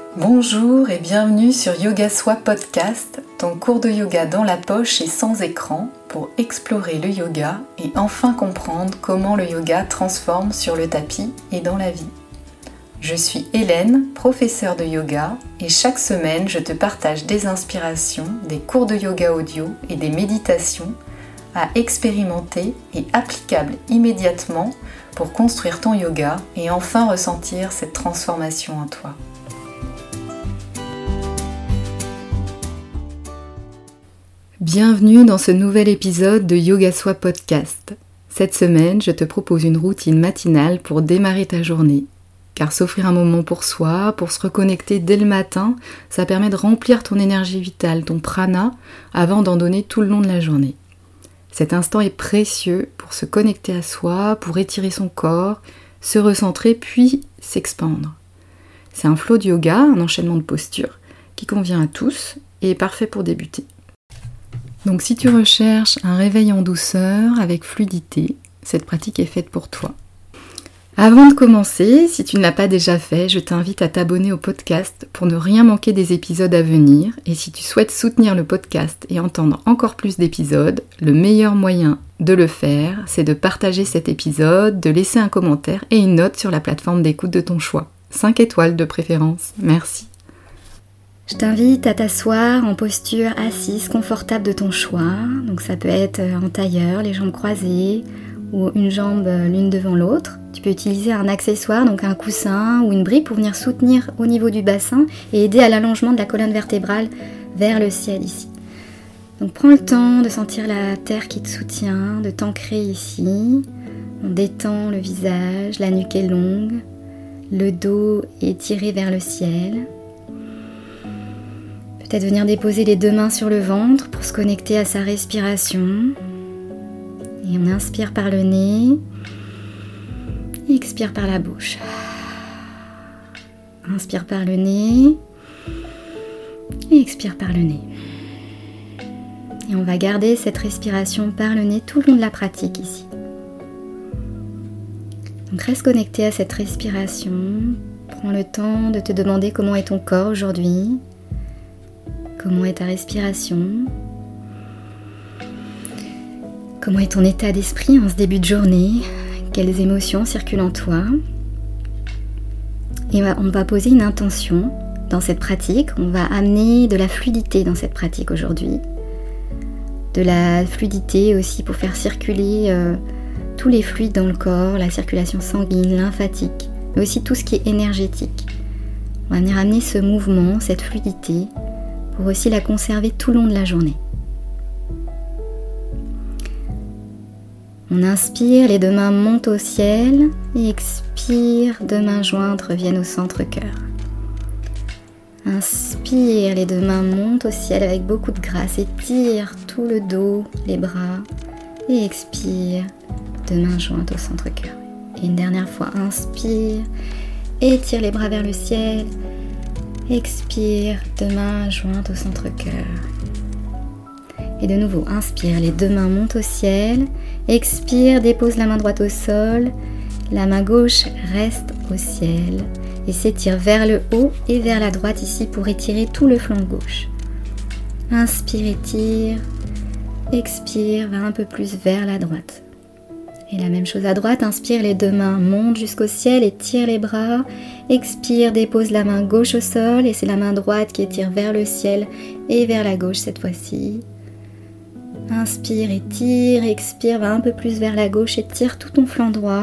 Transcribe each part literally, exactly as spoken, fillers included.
Bonjour et bienvenue sur Yoga Soi Podcast, ton cours de yoga dans la poche et sans écran pour explorer le yoga et enfin comprendre comment le yoga transforme sur le tapis et dans la vie. Je suis Hélène, professeure de yoga, et chaque semaine je te partage des inspirations, des cours de yoga audio et des méditations à expérimenter et applicables immédiatement pour construire ton yoga et enfin ressentir cette transformation en toi. Bienvenue dans ce nouvel épisode de Yoga Soi Podcast. Cette semaine, je te propose une routine matinale pour démarrer ta journée. Car s'offrir un moment pour soi, pour se reconnecter dès le matin, ça permet de remplir ton énergie vitale, ton prana, avant d'en donner tout le long de la journée. Cet instant est précieux pour se connecter à soi, pour étirer son corps, se recentrer puis s'expandre. C'est un flow de yoga, un enchaînement de postures qui convient à tous et est parfait pour débuter. Donc si tu recherches un réveil en douceur avec fluidité, cette pratique est faite pour toi. Avant de commencer, si tu ne l'as pas déjà fait, je t'invite à t'abonner au podcast pour ne rien manquer des épisodes à venir. Et si tu souhaites soutenir le podcast et entendre encore plus d'épisodes, le meilleur moyen de le faire, c'est de partager cet épisode, de laisser un commentaire et une note sur la plateforme d'écoute de ton choix. cinq étoiles de préférence, merci. Je t'invite à t'asseoir en posture assise confortable de ton choix. Donc ça peut être en tailleur, les jambes croisées ou une jambe l'une devant l'autre. Tu peux utiliser un accessoire, donc un coussin ou une brique pour venir soutenir au niveau du bassin et aider à l'allongement de la colonne vertébrale vers le ciel ici. Donc prends le temps de sentir la terre qui te soutient, de t'ancrer ici. On détend le visage, la nuque est longue, le dos est tiré vers le ciel. Peut-être venir déposer les deux mains sur le ventre pour se connecter à sa respiration. Et on inspire par le nez. Et expire par la bouche. Inspire par le nez. Et expire par le nez. Et on va garder cette respiration par le nez tout le long de la pratique ici. Donc reste connecté à cette respiration. Prends le temps de te demander comment est ton corps aujourd'hui. Comment est ta respiration? Comment est ton état d'esprit en ce début de journée? Quelles émotions circulent en toi? Et on va poser une intention dans cette pratique. On va amener de la fluidité dans cette pratique aujourd'hui. De la fluidité aussi pour faire circuler euh, tous les fluides dans le corps, la circulation sanguine, lymphatique, mais aussi tout ce qui est énergétique. On va venir amener ce mouvement, cette fluidité, pour aussi la conserver tout le long de la journée. On inspire, les deux mains montent au ciel et expire, deux mains jointes reviennent au centre-cœur. Inspire, les deux mains montent au ciel avec beaucoup de grâce, étire tout le dos, les bras et expire, deux mains jointes au centre-cœur. Et une dernière fois, inspire, étire les bras vers le ciel. Expire, deux mains jointes au centre-cœur. Et de nouveau, inspire, les deux mains montent au ciel. Expire, dépose la main droite au sol. La main gauche reste au ciel. Et s'étire vers le haut et vers la droite ici pour étirer tout le flanc gauche. Inspire, étire. Expire, va un peu plus vers la droite. Et la même chose à droite, inspire, les deux mains montent jusqu'au ciel, étire les bras. Expire, dépose la main gauche au sol et c'est la main droite qui étire vers le ciel et vers la gauche cette fois-ci. Inspire, étire, expire, va un peu plus vers la gauche, étire tout ton flanc droit.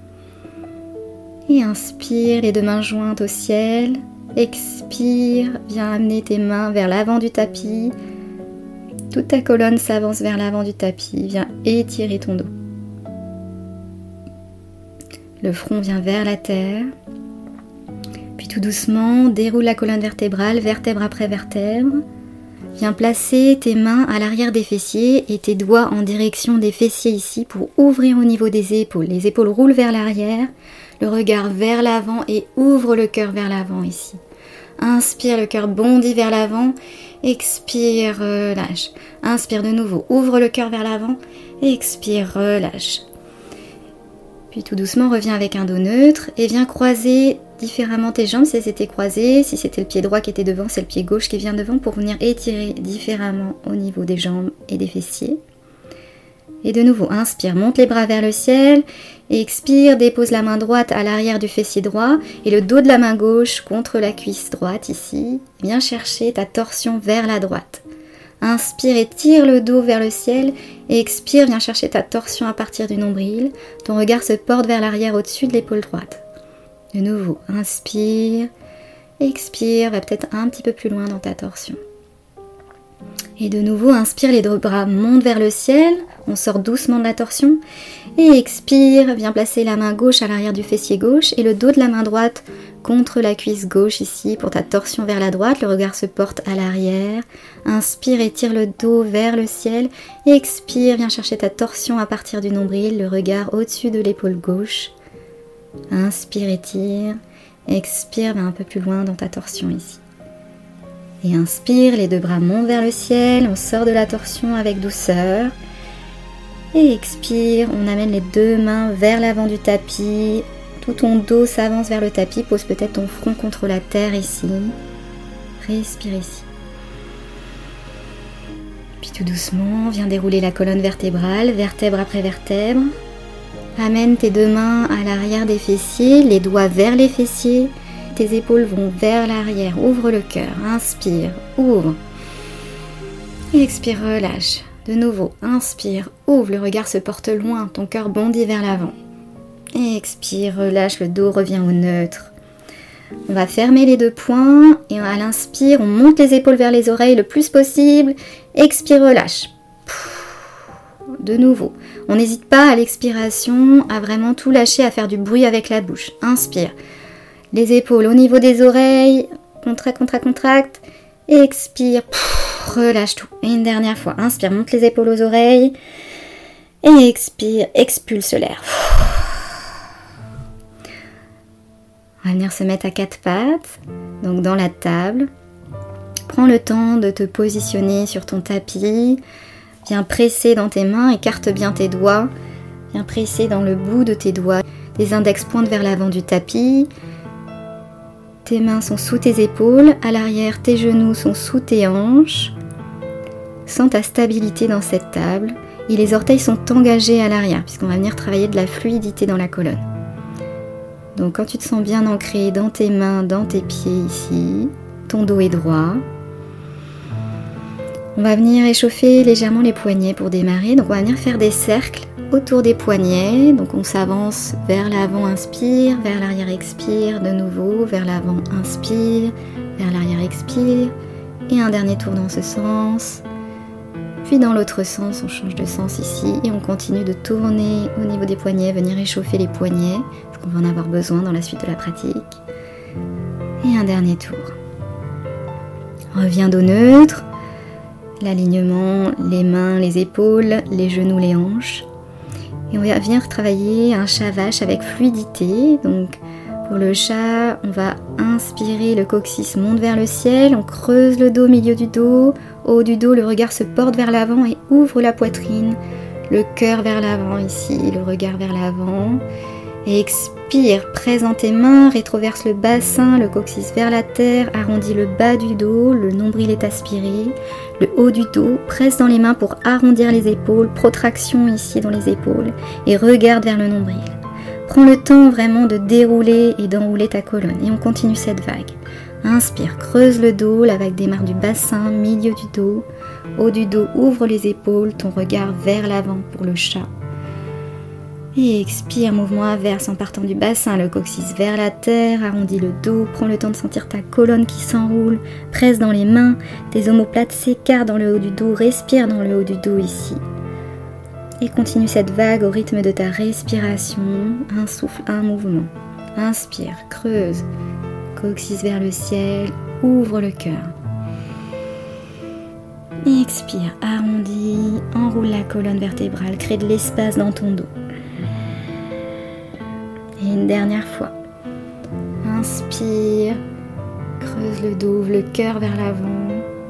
Et inspire, les deux mains jointes au ciel. Expire, viens amener tes mains vers l'avant du tapis. Toute ta colonne s'avance vers l'avant du tapis, viens étirer ton dos. Le front vient vers la terre. Puis tout doucement, déroule la colonne vertébrale, vertèbre après vertèbre. Viens placer tes mains à l'arrière des fessiers et tes doigts en direction des fessiers ici pour ouvrir au niveau des épaules. Les épaules roulent vers l'arrière, le regard vers l'avant et ouvre le cœur vers l'avant ici. Inspire, le cœur bondit vers l'avant. Expire, relâche. Inspire de nouveau, ouvre le cœur vers l'avant. Expire, relâche. Puis tout doucement, reviens avec un dos neutre et viens croiser différemment tes jambes si elles étaient croisées. Si c'était le pied droit qui était devant, c'est le pied gauche qui vient devant pour venir étirer différemment au niveau des jambes et des fessiers. Et de nouveau, inspire, monte les bras vers le ciel. Expire, dépose la main droite à l'arrière du fessier droit et le dos de la main gauche contre la cuisse droite ici. Viens chercher ta torsion vers la droite. Inspire et tire le dos vers le ciel. Et expire, viens chercher ta torsion à partir du nombril. Ton regard se porte vers l'arrière au-dessus de l'épaule droite. De nouveau, inspire. Expire, va peut-être un petit peu plus loin dans ta torsion. Et de nouveau, inspire, les deux bras montent vers le ciel. On sort doucement de la torsion. Et expire, viens placer la main gauche à l'arrière du fessier gauche et le dos de la main droite contre la cuisse gauche ici pour ta torsion vers la droite. Le regard se porte à l'arrière. Inspire et tire le dos vers le ciel. Et expire, viens chercher ta torsion à partir du nombril. Le regard au-dessus de l'épaule gauche. Inspire et tire. Expire, va un peu plus loin dans ta torsion ici. Et inspire, les deux bras montent vers le ciel, on sort de la torsion avec douceur. Et expire, on amène les deux mains vers l'avant du tapis. Tout ton dos s'avance vers le tapis, pose peut-être ton front contre la terre ici. Respire ici. Puis tout doucement, viens dérouler la colonne vertébrale, vertèbre après vertèbre. Amène tes deux mains à l'arrière des fessiers, les doigts vers les fessiers. Tes épaules vont vers l'arrière, ouvre le cœur, inspire, ouvre. Et expire, relâche. De nouveau, inspire, ouvre, le regard se porte loin, ton cœur bondit vers l'avant. Et expire, relâche, le dos revient au neutre. On va fermer les deux poings et à l'inspire, on monte les épaules vers les oreilles le plus possible. Expire, relâche. De nouveau, on n'hésite pas à l'expiration à vraiment tout lâcher, à faire du bruit avec la bouche. Inspire. Les épaules au niveau des oreilles, contracte, contracte, contracte, et expire, pff, relâche tout. Et une dernière fois, inspire, monte les épaules aux oreilles, et expire, expulse l'air. On va venir se mettre à quatre pattes, donc dans la table. Prends le temps de te positionner sur ton tapis, viens presser dans tes mains, écarte bien tes doigts, viens presser dans le bout de tes doigts. Tes index pointent vers l'avant du tapis. Tes mains sont sous tes épaules, à l'arrière tes genoux sont sous tes hanches. Sens ta stabilité dans cette table et les orteils sont engagés à l'arrière puisqu'on va venir travailler de la fluidité dans la colonne. Donc quand tu te sens bien ancré dans tes mains, dans tes pieds ici, ton dos est droit. On va venir échauffer légèrement les poignets pour démarrer. Donc on va venir faire des cercles autour des poignets. Donc on s'avance vers l'avant, inspire, vers l'arrière, expire, de nouveau, vers l'avant, inspire, vers l'arrière, expire. Et un dernier tour dans ce sens. Puis dans l'autre sens, on change de sens ici et on continue de tourner au niveau des poignets, venir échauffer les poignets, parce qu'on va en avoir besoin dans la suite de la pratique. Et un dernier tour. Reviens dos neutre. L'alignement, les mains, les épaules, les genoux, les hanches. Et on va venir travailler un chat-vache avec fluidité. Donc pour le chat, on va inspirer, le coccyx monte vers le ciel, on creuse le dos au milieu du dos. Au haut du dos, le regard se porte vers l'avant et ouvre la poitrine. Le cœur vers l'avant ici, le regard vers l'avant. Et expire, presse dans tes mains, rétroverse le bassin, le coccyx vers la terre, arrondis le bas du dos, le nombril est aspiré, le haut du dos, presse dans les mains pour arrondir les épaules, protraction ici dans les épaules et regarde vers le nombril. Prends le temps vraiment de dérouler et d'enrouler ta colonne et on continue cette vague. Inspire, creuse le dos, la vague démarre du bassin, milieu du dos, haut du dos, ouvre les épaules, ton regard vers l'avant pour le chat. Et expire, mouvement inverse en partant du bassin, le coccyx vers la terre, arrondis le dos, prends le temps de sentir ta colonne qui s'enroule, presse dans les mains, tes omoplates s'écartent dans le haut du dos, respire dans le haut du dos ici. Et continue cette vague au rythme de ta respiration, un souffle, un mouvement. Inspire, creuse, coccyx vers le ciel, ouvre le cœur. Et expire, arrondis, enroule la colonne vertébrale, crée de l'espace dans ton dos. Et une dernière fois. Inspire, creuse le dos, ouvre le cœur vers l'avant.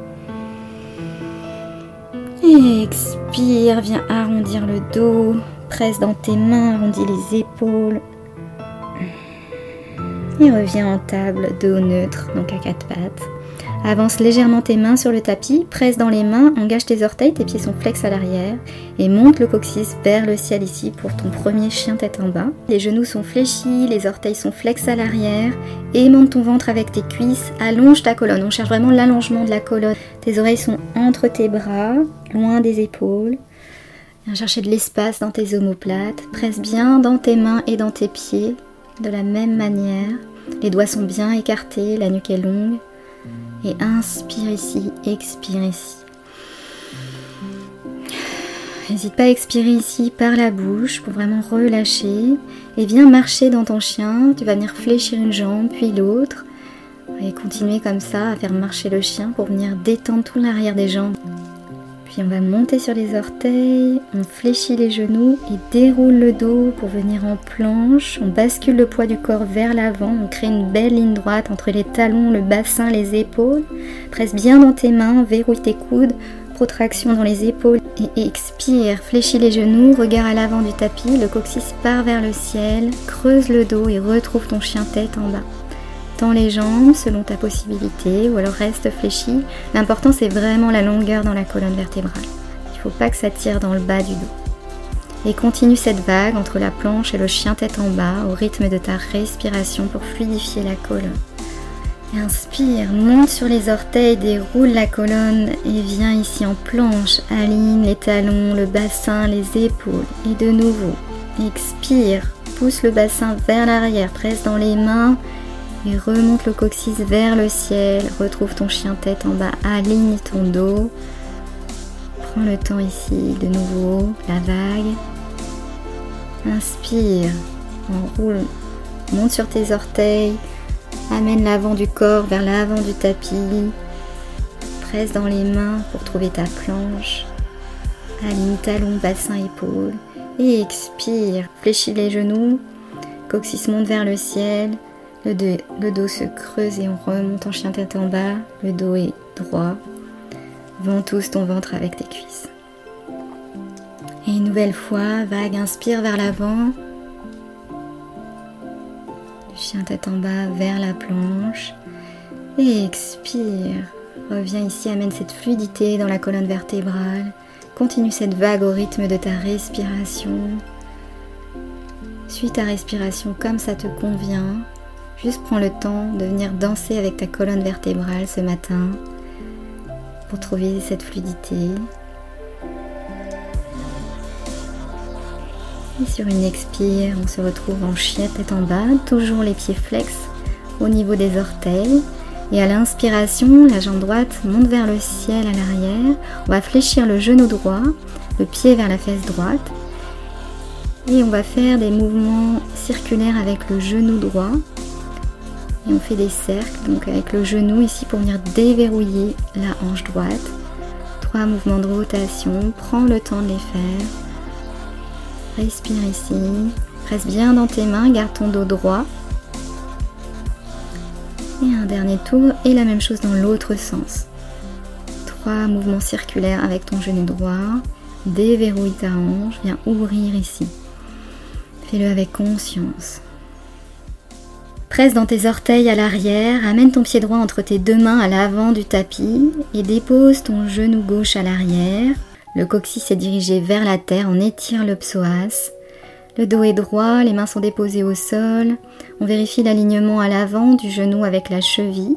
Et expire, viens arrondir le dos, presse dans tes mains, arrondis les épaules. Et reviens en table, dos neutre, donc à quatre pattes. Avance légèrement tes mains sur le tapis, presse dans les mains, engage tes orteils, tes pieds sont flex à l'arrière et monte le coccyx vers le ciel ici pour ton premier chien tête en bas. Les genoux sont fléchis, les orteils sont flex à l'arrière, aimante ton ventre avec tes cuisses, allonge ta colonne, on cherche vraiment l'allongement de la colonne. Tes oreilles sont entre tes bras, loin des épaules. Viens chercher de l'espace dans tes omoplates, presse bien dans tes mains et dans tes pieds de la même manière. Les doigts sont bien écartés, la nuque est longue. Et inspire ici, expire ici. N'hésite pas à expirer ici par la bouche pour vraiment relâcher. Et viens marcher dans ton chien. Tu vas venir fléchir une jambe puis l'autre. Et continuer comme ça à faire marcher le chien pour venir détendre tout l'arrière des jambes. Puis on va monter sur les orteils, on fléchit les genoux et déroule le dos pour venir en planche. On bascule le poids du corps vers l'avant, on crée une belle ligne droite entre les talons, le bassin, les épaules. Presse bien dans tes mains, verrouille tes coudes, protraction dans les épaules et expire. Fléchis les genoux, regard à l'avant du tapis, le coccyx part vers le ciel, creuse le dos et retrouve ton chien tête en bas. Tends les jambes selon ta possibilité ou alors reste fléchi. L'important c'est vraiment la longueur dans la colonne vertébrale. Il ne faut pas que ça tire dans le bas du dos. Et continue cette vague entre la planche et le chien tête en bas au rythme de ta respiration pour fluidifier la colonne. Et inspire, monte sur les orteils, déroule la colonne et viens ici en planche. Aligne les talons, le bassin, les épaules. Et de nouveau, expire, pousse le bassin vers l'arrière, presse dans les mains. Et remonte le coccyx vers le ciel, retrouve ton chien tête en bas, aligne ton dos. Prends le temps ici, de nouveau, la vague. Inspire, enroule, monte sur tes orteils, amène l'avant du corps vers l'avant du tapis. Presse dans les mains pour trouver ta planche. Aligne talon, bassin, épaule. Et expire, fléchis les genoux, coccyx monte vers le ciel. Le dos, le dos se creuse et on remonte en chien tête en bas. Le dos est droit. Ventouse ton ventre avec tes cuisses. Et une nouvelle fois, vague, inspire vers l'avant. Chien tête en bas vers la planche. Et expire. Reviens ici, amène cette fluidité dans la colonne vertébrale. Continue cette vague au rythme de ta respiration. Suis ta respiration comme ça te convient. Juste prends le temps de venir danser avec ta colonne vertébrale ce matin pour trouver cette fluidité. Et sur une expire, on se retrouve en chien tête en bas, toujours les pieds flex au niveau des orteils. Et à l'inspiration, la jambe droite monte vers le ciel à l'arrière. On va fléchir le genou droit, le pied vers la fesse droite. Et on va faire des mouvements circulaires avec le genou droit. Et on fait des cercles, donc avec le genou ici pour venir déverrouiller la hanche droite. Trois mouvements de rotation, prends le temps de les faire. Respire ici, presse bien dans tes mains, garde ton dos droit. Et un dernier tour, et la même chose dans l'autre sens. Trois mouvements circulaires avec ton genou droit. Déverrouille ta hanche, viens ouvrir ici. Fais-le avec conscience. Presse dans tes orteils à l'arrière, amène ton pied droit entre tes deux mains à l'avant du tapis et dépose ton genou gauche à l'arrière. Le coccyx est dirigé vers la terre, on étire le psoas. Le dos est droit, les mains sont déposées au sol. On vérifie l'alignement à l'avant du genou avec la cheville.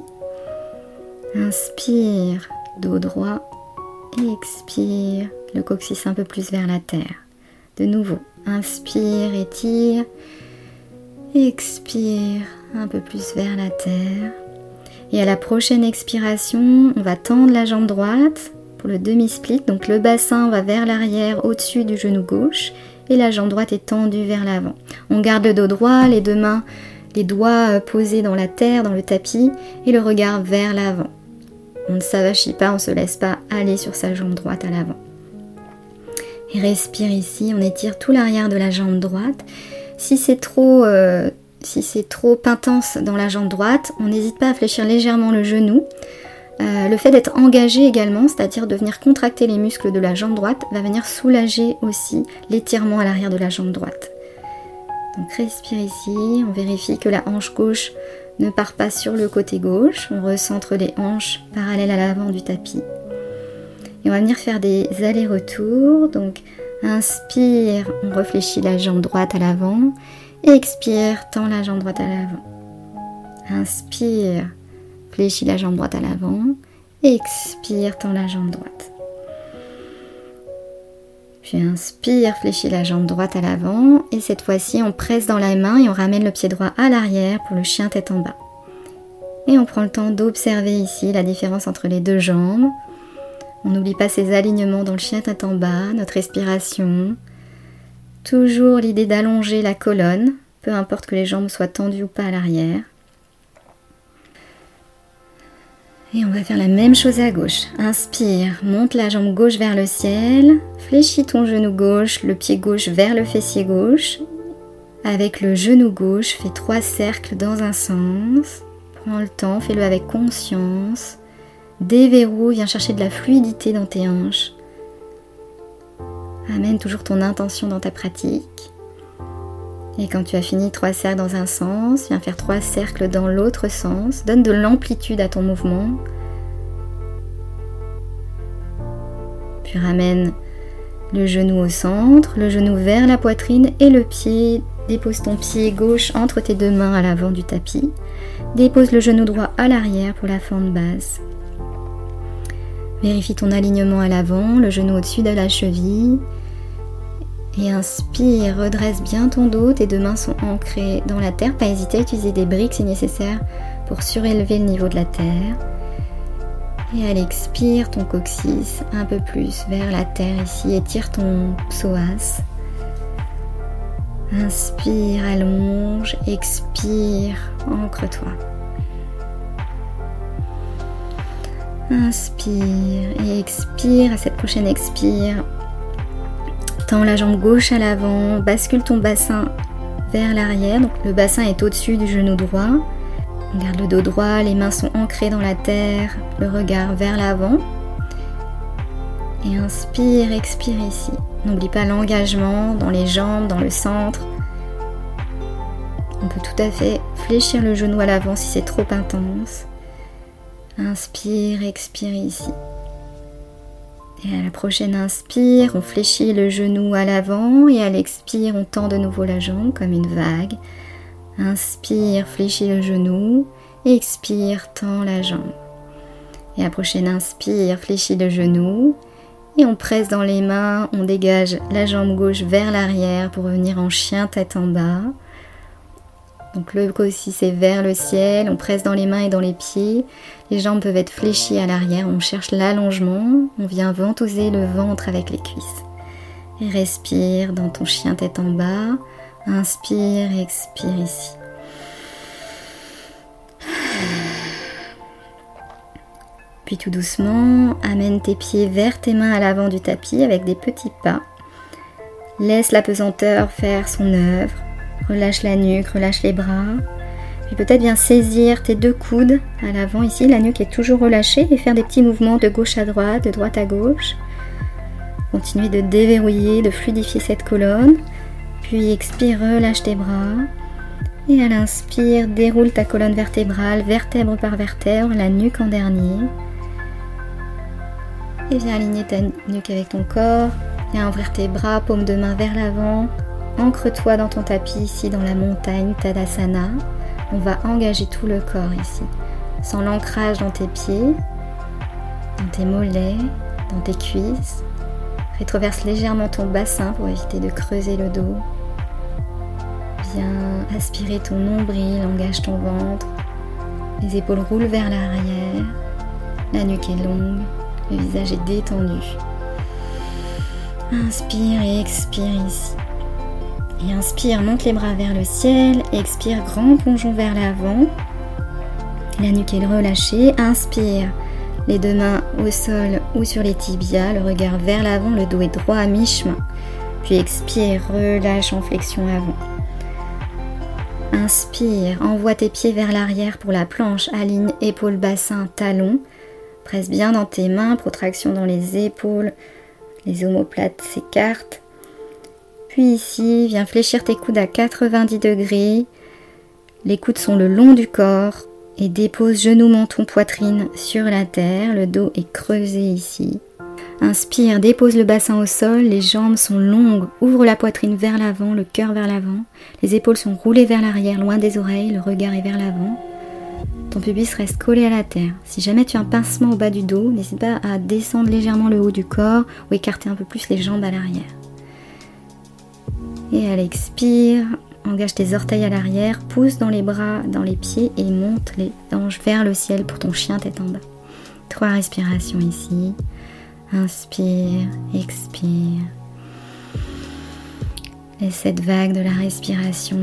Inspire, dos droit. Et expire, le coccyx un peu plus vers la terre. De nouveau, inspire, étire. Expire, un peu plus vers la terre. Et à la prochaine expiration, on va tendre la jambe droite pour le demi-split. Donc le bassin va vers l'arrière au-dessus du genou gauche et la jambe droite est tendue vers l'avant. On garde le dos droit, les deux mains, les doigts posés dans la terre, dans le tapis et le regard vers l'avant. On ne s'avachit pas, on ne se laisse pas aller sur sa jambe droite à l'avant. Et respire ici, on étire tout l'arrière de la jambe droite. Si c'est trop, euh, si c'est trop intense dans la jambe droite, on n'hésite pas à fléchir légèrement le genou. Euh, le fait d'être engagé également, c'est-à-dire de venir contracter les muscles de la jambe droite, va venir soulager aussi l'étirement à l'arrière de la jambe droite. Donc respire ici, on vérifie que la hanche gauche ne part pas sur le côté gauche, on recentre les hanches parallèles à l'avant du tapis. Et on va venir faire des allers-retours, donc inspire, on réfléchit la jambe droite à l'avant, et expire, tend la jambe droite à l'avant. Inspire, fléchis la jambe droite à l'avant, et expire, tend la jambe droite. Puis inspire, fléchis la jambe droite à l'avant, et cette fois-ci on presse dans la main et on ramène le pied droit à l'arrière pour le chien tête en bas. Et on prend le temps d'observer ici la différence entre les deux jambes. On n'oublie pas ces alignements dans le chien tête en bas, notre respiration. Toujours l'idée d'allonger la colonne, peu importe que les jambes soient tendues ou pas à l'arrière. Et on va faire la même chose à gauche. Inspire, monte la jambe gauche vers le ciel, fléchis ton genou gauche, le pied gauche vers le fessier gauche. Avec le genou gauche, fais trois cercles dans un sens. Prends le temps, fais-le avec conscience. Déverrouille, viens chercher de la fluidité dans tes hanches. Amène toujours ton intention dans ta pratique. Et quand tu as fini trois cercles dans un sens, viens faire trois cercles dans l'autre sens. Donne de l'amplitude à ton mouvement. Puis ramène le genou au centre, le genou vers la poitrine et le pied. Dépose ton pied gauche entre tes deux mains à l'avant du tapis. Dépose le genou droit à l'arrière pour la fente basse. Vérifie ton alignement à l'avant, le genou au-dessus de la cheville. Et inspire, redresse bien ton dos, tes deux mains sont ancrées dans la terre. Pas hésiter à utiliser des briques si nécessaire pour surélever le niveau de la terre. Et à l'expire, ton coccyx un peu plus vers la terre ici. Étire ton psoas. Inspire, allonge, expire, ancre-toi. Inspire et expire. À cette prochaine expire, tends la jambe gauche à l'avant, bascule ton bassin vers l'arrière. Donc le bassin est au-dessus du genou droit. Garde le dos droit, les mains sont ancrées dans la terre, le regard vers l'avant. Et inspire, expire ici. N'oublie pas l'engagement dans les jambes, dans le centre. On peut tout à fait fléchir le genou à l'avant si c'est trop intense. Inspire, expire ici. Et à la prochaine inspire, on fléchit le genou à l'avant et à l'expire, on tend de nouveau la jambe comme une vague. Inspire, fléchis le genou, expire, tend la jambe. Et à la prochaine inspire, fléchis le genou et on presse dans les mains, on dégage la jambe gauche vers l'arrière pour revenir en chien tête en bas. Donc le coccyx est vers le ciel, on presse dans les mains et dans les pieds. Les jambes peuvent être fléchies à l'arrière, on cherche l'allongement. On vient ventouser le ventre avec les cuisses. Et respire dans ton chien tête en bas. Inspire et expire ici. Puis tout doucement, amène tes pieds vers tes mains à l'avant du tapis avec des petits pas. Laisse la pesanteur faire son œuvre. Relâche la nuque, relâche les bras. Puis peut-être viens saisir tes deux coudes à l'avant ici. La nuque est toujours relâchée et faire des petits mouvements de gauche à droite, de droite à gauche. Continuez de déverrouiller, de fluidifier cette colonne. Puis expire, relâche tes bras. Et à l'inspire, déroule ta colonne vertébrale, vertèbre par vertèbre, la nuque en dernier. Et viens aligner ta nuque avec ton corps. Viens ouvrir tes bras, paume de main vers l'avant. Ancre-toi dans ton tapis ici, dans la montagne, Tadasana. On va engager tout le corps ici. Sans l'ancrage dans tes pieds, dans tes mollets, dans tes cuisses. Rétroverse légèrement ton bassin pour éviter de creuser le dos. Viens aspirer ton nombril, engage ton ventre. Les épaules roulent vers l'arrière. La nuque est longue, le visage est détendu. Inspire et expire ici. Et inspire, monte les bras vers le ciel. Expire, grand plongeon vers l'avant. La nuque est relâchée. Inspire, les deux mains au sol ou sur les tibias. Le regard vers l'avant, le dos est droit à mi-chemin. Puis expire, relâche en flexion avant. Inspire, envoie tes pieds vers l'arrière pour la planche. Aligne épaules, bassin, talons. Presse bien dans tes mains, protraction dans les épaules. Les omoplates s'écartent. Puis ici, viens fléchir tes coudes à quatre-vingt-dix degrés. Les coudes sont le long du corps et dépose genou, menton, poitrine sur la terre. Le dos est creusé ici. Inspire, dépose le bassin au sol, les jambes sont longues, ouvre la poitrine vers l'avant, le cœur vers l'avant. Les épaules sont roulées vers l'arrière, loin des oreilles, le regard est vers l'avant. Ton pubis reste collé à la terre. Si jamais tu as un pincement au bas du dos, n'hésite pas à descendre légèrement le haut du corps ou écarter un peu plus les jambes à l'arrière. Et à l'expire, engage tes orteils à l'arrière, pousse dans les bras, dans les pieds et monte les hanches vers le ciel pour ton chien tête en bas. Trois respirations ici. Inspire, expire. Laisse cette vague de la respiration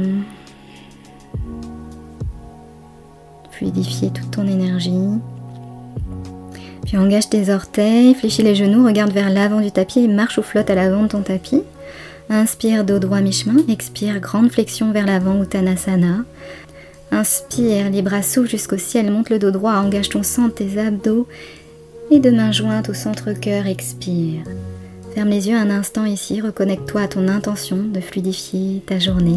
fluidifier toute ton énergie. Puis engage tes orteils, fléchis les genoux, regarde vers l'avant du tapis et marche ou flotte à l'avant de ton tapis. Inspire, dos droit mi-chemin. Expire, grande flexion vers l'avant, Uttanasana. Inspire, les bras s'ouvrent jusqu'au ciel, monte le dos droit, engage ton centre, tes abdos. Et de main jointe au centre-cœur, expire. Ferme les yeux un instant ici, reconnecte-toi à ton intention de fluidifier ta journée.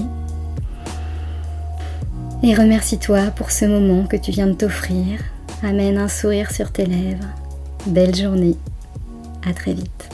Et remercie-toi pour ce moment que tu viens de t'offrir. Amène un sourire sur tes lèvres. Belle journée. À très vite.